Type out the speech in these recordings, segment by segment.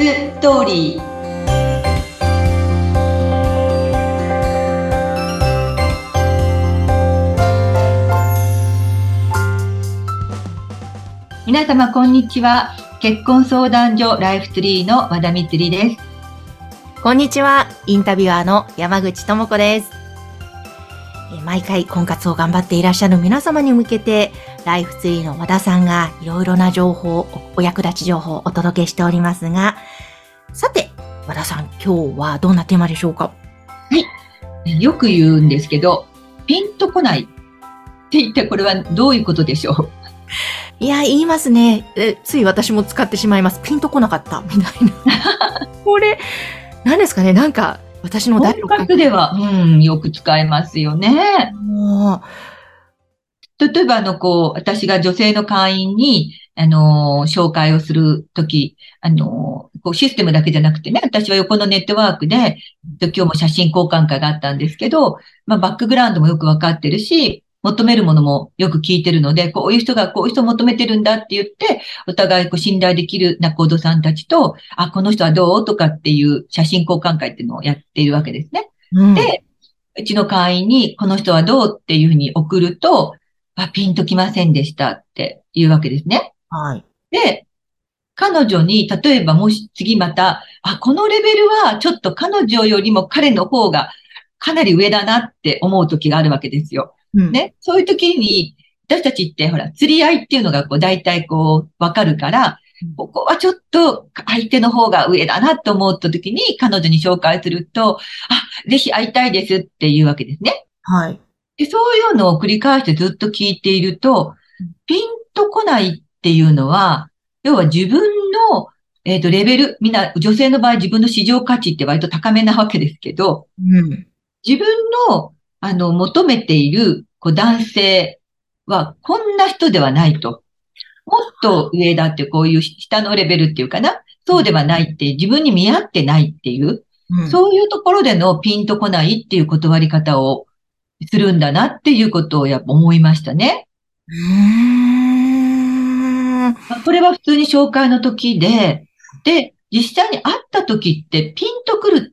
ストーリー。皆様こんにちは。結婚相談所ライフツリーの和田光です。 こんにちは。インタビュアーの山口智子です。毎回婚活を頑張っていらっしゃる皆様に向けて、ライフツリーの和田さんがいろいろな情報、お役立ち情報をお届けしておりますが、さて、和田さん、今日はどんなテーマでしょうか？ はい。よく言うんですけど、ピンとこないって言ってこれはどういうことでしょう？ いや、言いますね。つい私も使ってしまいます。ピンとこなかった、みたいな。これ、何ですかね、なんか、私の婚活では、よく使えますよね。 も例えば、私が女性の会員に、紹介をするとき、システムだけじゃなくてね、私は横のネットワークで、今日も写真交換会があったんですけど、バックグラウンドもよくわかってるし、求めるものもよく聞いてるので、こういう人がこういう人を求めてるんだって言って、お互い信頼できる仲人さんたちと、この人はどうとかっていう写真交換会っていうのをやっているわけですね。で、うちの会員にこの人はどうっていうふうに送ると、ピンときませんでしたっていうわけですね。 はい。 で、彼女に、例えばもし次また、このレベルはちょっと彼女よりも彼の方がかなり上だなって思う時があるわけですよ。ね。そういう時に、私たちってほら、釣り合いっていうのが大体わかるから、ここはちょっと相手の方が上だなって思った時に彼女に紹介すると、ぜひ会いたいですっていうわけですね。 はい。 で、そういうのを繰り返してずっと聞いていると、ピンとこないっていうのは、要は自分の、レベル、みんな、女性の場合自分の市場価値って割と高めなわけですけど、自分の、求めている、男性は、こんな人ではないと。もっと上だって、こういう下のレベルっていうかな。そうではないって、自分に見合ってないっていう、そういうところでのピンとこないっていう断り方をするんだなっていうことをやっぱ思いましたね。これは普通に紹介の時で、実際に会った時ってピンとくるって、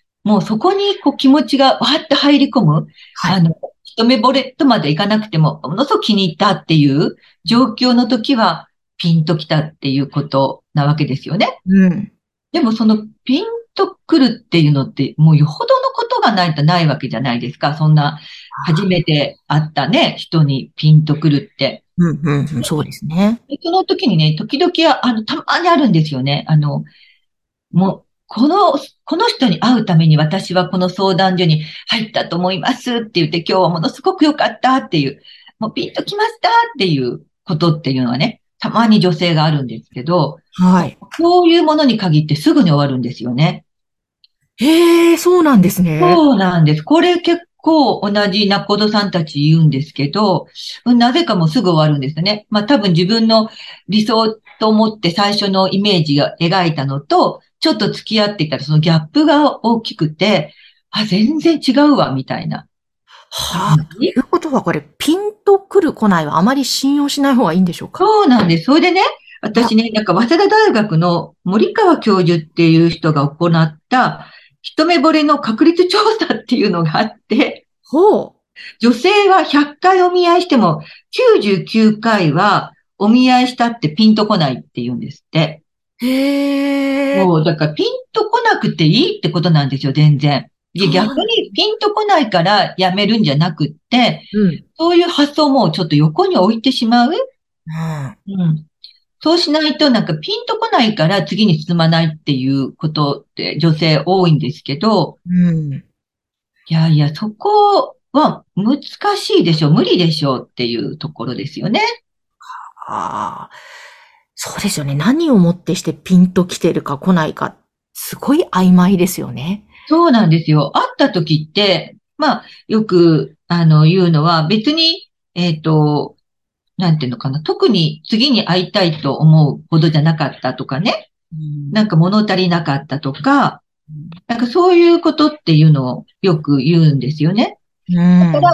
もうそこに気持ちがわーって入り込む。 はい。 一目惚れとまでいかなくても、ものすごく気に入ったっていう状況の時は、ピンときたっていうことなわけですよね。でもそのピンとくるっていうのって、もうよほどのことがないとないわけじゃないですか。そんな、初めて会ったね、人にピンとくるって。 そうですね。 でその時にね、時々、たまにあるんですよね。もう、この人に会うために私はこの相談所に入ったと思いますって言って、今日はものすごく良かったっていう、もうピンときましたっていうことっていうのはね、たまに女性があるんですけど、 はい。 そういうものに限ってすぐに終わるんですよね。 へえ、そうなんですね。 そうなんです。これ結構同じ仲人さんたち言うんですけど、なぜかもうすぐ終わるんですよね。多分自分の理想と思って最初のイメージが描いたのと、ちょっと付き合っていたらそのギャップが大きくて、全然違うわ、みたいなはあ、 感じ。 ということはこれ、ピンとくる来ないはあまり信用しない方がいいんでしょうか？ そうなんです。それでね、私ね、なんか早稲田大学の森川教授っていう人が行った一目惚れの確率調査っていうのがあって、 ほ女性は100回お見合いしても99回はお見合いしたってピンとこないって言うんですって。 う。へえ。 もう、だからピンとこなくていいってことなんですよ、全然。で、 そう逆にピンとこないからやめるんじゃなくって、 うん。 そういう発想もちょっと横に置いてしまう。うん。そうしないとなんかピンとこないから次に進まないっていうことって女性多いんですけど、 うん。 いやいや、そこは難しいでしょ、無理でしょうっていうところですよね。 ああ、そうですよね。何をもってしてピンと来てるか来ないか、すごい曖昧ですよね。 そうなんですよ。会った時って、よく、言うのは、別に、なんていうのかな。特に次に会いたいと思うほどじゃなかったとかね。 うん。 なんか物足りなかったとか、なんかそういうことっていうのをよく言うんですよね。 うん。 だから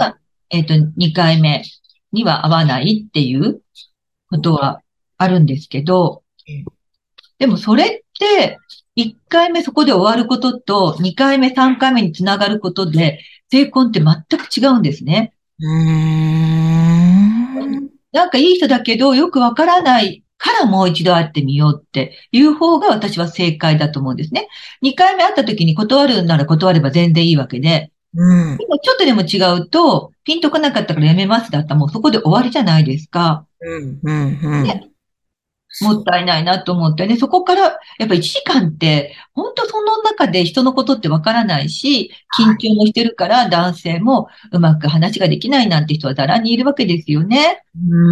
、2回目には会わないっていうことはあるんですけど、でもそれって、 1回目そこで終わることと、2回目、3回目につながることで、成婚って全く違うんですね。 うーん。 なんかいい人だけど、よくわからないからもう一度会ってみようっていう方が私は正解だと思うんですね。2回目会った時に断るなら断れば全然いいわけで、 うん。 でもちょっとでも違うと、ピンとこなかったからやめますだったらもうそこで終わりじゃないですか。 うん。うん。うん。 ね、もそう。 ったいないなと思ってね、そこから、やっぱ1時間って、本当その中で人のことってわからないし、緊張もしてるから男性もうまく話ができないなんて人はざらにいるわけですよね。 うん。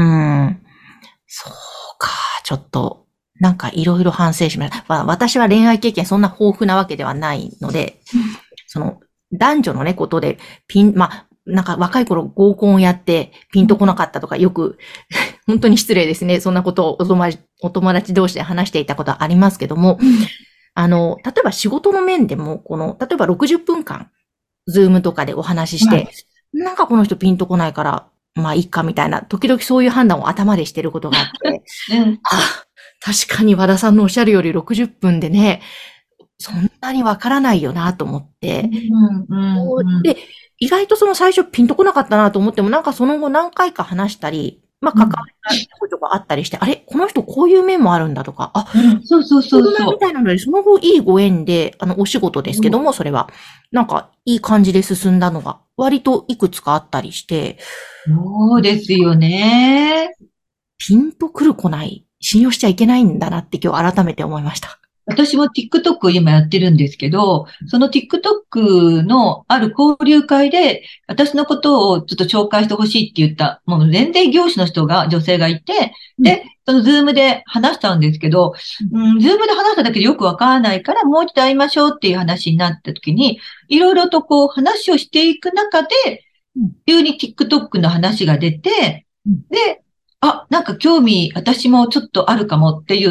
そうか。ちょっと、なんかいろいろ反省しました。まあ、私は恋愛経験そんな豊富なわけではないので、その、男女のね、ことで、まあ、なんか若い頃合コンをやってピンとこなかったとかよく、本当に失礼ですね。そんなことをお友達同士で話していたことはありますけども、 うん、 例えば仕事の面でも、例えば60分間、ズームとかでお話ししはい。 て、なんかこの人ピンとこないから、まあいいかみたいな、時々そういう判断を頭でしてることがあって、 うん、 あ、確かに和田さんのおっしゃるより60分でね、そんなにわからないよなと思っうて、 ん、うん、うん。 で、意外とその最初ピンとこなかったなと思っても、なんかその後何回か話したり、まあ関わうんりがちょこちょこあったりして、あれこの人こういう面もあるんだとか、あ、 うん、そうそうそうだなみそうそたいなので、その後いいご縁で、お仕事ですけどう。 も、それは、なんかいい感じで進んだのが、割といくつかあったりして、 そうですよね。 ピンとくる来ない、信用しちゃいけないんだなって今日改めて思いました。 私も TikTok を今やってるんですけど、その TikTok のある交流会で、私のことをちょっと紹介してほしいって言った、もう全然業種の人が、女性がいて、 うん。 で、そのズームで話したんですけど、ズームで話しただけでよくわからないから、もう一度会いましょうっていう話になった時に、いろいろとこう話をしていく中で、 うん。 急に TikTok の話が出て、 うん。 で、あ、なんか興味、私もちょっとあるかもって言って、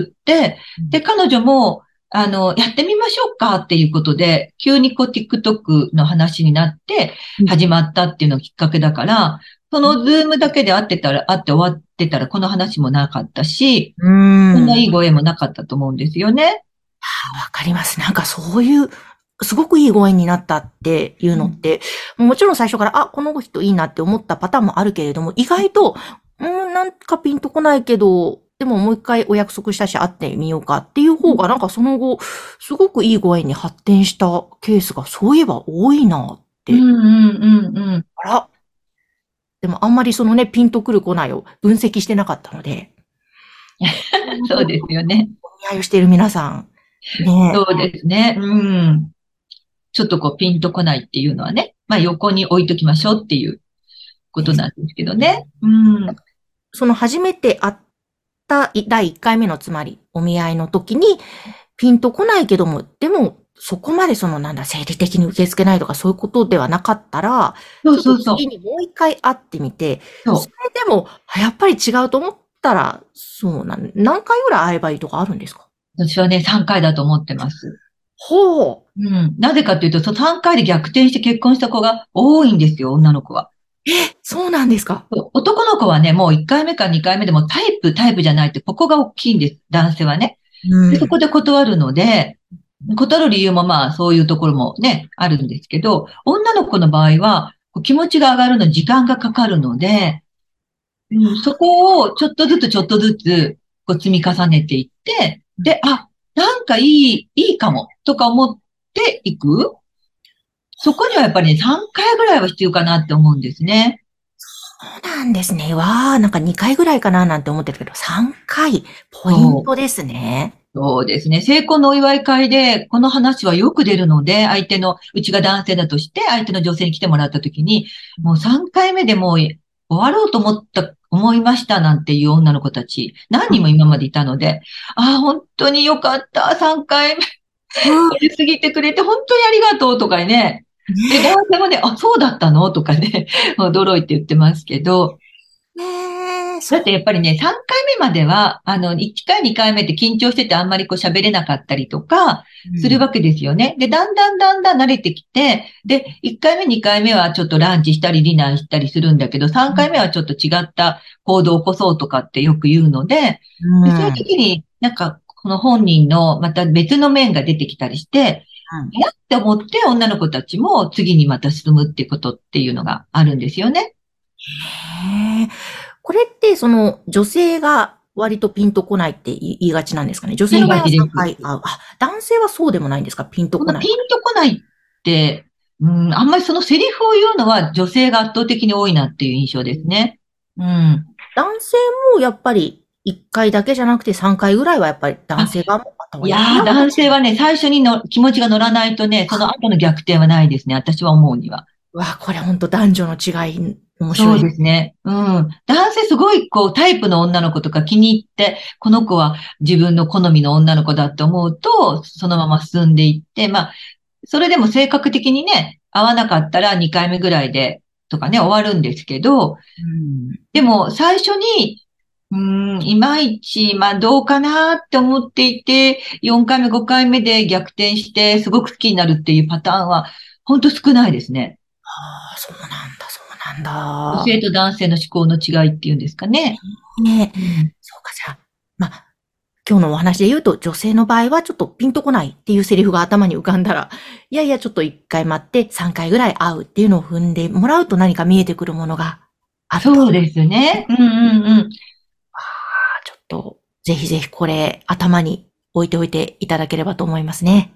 で、彼女も、やってみましょうかっていうことで、急にこう TikTok の話になってうん。 始まったっていうのがきっかけだから、そのズームだけで会って終わってたらこの話もなかったし、 うーこんないん。 いご縁もなかったと思うんですよね。 わかります。なんかそういう、すごくいいご縁になったっていううん。 のって、もちろん最初から、あ、この人いいなって思ったパターンもあるけれども、意外と、なんかピンとこないけど、でももう一回お約束したし会ってみようかっていう方が、なんかその後、すごくいいご縁に発展したケースがそういえば多いなっうんて。 うんうんうん。 あら、でもあんまりそのね、ピンとくる来ないを分析してなかったので、本当にそうですよね。 お見合いをしている皆さん、ねそうですね。うん。ちょっとこうピンとこないっていうのはね、まあ横に置いときましょうっていうこえ、 となんですけどね。うん。 その初めて会った第1回目のつまりお見合いの時にピンとこないけども、でもそこまでそのなんだ、生理的に受け付けないとかそういうことではなかったら、 そうちょっとそうそう。 次にもう一回会ってみて、そそう。 れでもやっぱり違うと思ったら、そうなん、何回ぐらい会えばいいとかあるんですか？ 私はね、3回だと思ってます。 ほう。 うん。なぜかというと、その3回で逆転して結婚した子が多いんですよ、女の子は。 そうなんですか。 そう、男の子はね、もう1回目か2回目でもタイプじゃないって、ここが大きいんです。男性はね。で、そうん。 こで断るので、断る理由もまあ、そういうところもね、あるんですけど、女の子の場合は、こう気持ちが上がるのに時間がかかるので、そこをちょっとずつちょっとずつ、こう積み重ねていって、で、あ、なんかいいかも、とか思っていく。そこにはやっぱりね、3回ぐらいは必要かなって思うんですね。 そうなんですね。わあ、なんか2回ぐらいかななんて思ってるけど、3回、ポインそう。 トですね。 そうですね。成婚のお祝い会で、この話はよく出るので、相手の、うちが男性だとして、相手の女性に来てもらった時に、もう3回目でもう終わろうと思いましたなんていう女の子たち、何人も今までいたので、ああ、本当によかった。3回目、 うん。 通り過ぎてくれて、本当にありがとうとかね。で、 ね男性もね、あ、そうだったのとかね、驚いて言ってますけど、 え、ねえ、 だってやっぱりね、3回目までは、1回、2回目って緊張しててあんまりこう喋れなかったりとか、 うん。 するわけですよね。で、だんだん慣れてきて、で、1回目、2回目はちょっとランチしたりディナーしたりするんだけど、3回目はちょっと違った行動を起こそうとかってよく言うので、 うでそういうん。 時になんかこの本人のまた別の面が出てきたりして、やって思って女の子たちも次にまた進むっていうことっていうのがあるんですよね。 へえ。これって女性が割とピンとこないって言いがちなんですかね。女性の場合は3回会う。男性はそうでもないんですか？ピンとこない。 ピンとこないって、あんまりそのセリフを言うのは女性が圧倒的に多いなっていう印象ですね。 男性もやっぱり1回だけじゃなくて3回ぐらいはやっぱり男性があった方がいい。 男性はね、最初に気持ちが乗らないとね、その後の逆転はないですね。私は思うには。 これ本当男女の違い、面白い。 そうですね。男性すごいタイプの女の子とか気に入って、この子は自分の好みの女の子だって思うと、そのまま進んでいって、それでも性格的にね、合わなかったら2回目ぐらいで、とかね、終わるんですけど、でも最初に、いまいち、どうかなって思っていて、4回目、5回目で逆転して、すごく好きになるっていうパターンは、ほんと少ないですね。 そうなんだ、そうなんだ。 女性と男性の思考の違いっていうんですかね。 そうか、じゃあ、今日のお話で言うと、女性の場合はちょっとピンとこないっていうセリフが頭に浮かんだら、いやいや、ちょっと1回待って3回ぐらい会うっていうのを踏んでもらうと何か見えてくるものがあると。 そうですね。 ちょっと、ぜひぜひこれ頭に置いておいていただければと思いますね。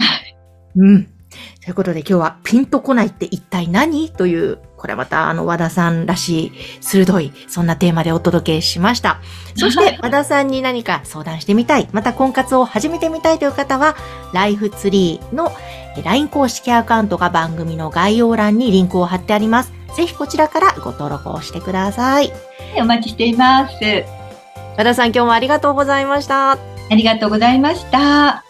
ということで今日はピンとこないって一体何という、これまた和田さんらしい鋭い、そんなテーマでお届けしました。そして和田さんに何か相談してみたい、また婚活を始めてみたいという方は、ライフツリーの LINE 公式アカウントが番組の概要欄にリンクを貼ってあります。ぜひこちらからご登録をしてください。 お待ちしています。 和田さん今日もありがとうございました。 ありがとうございました。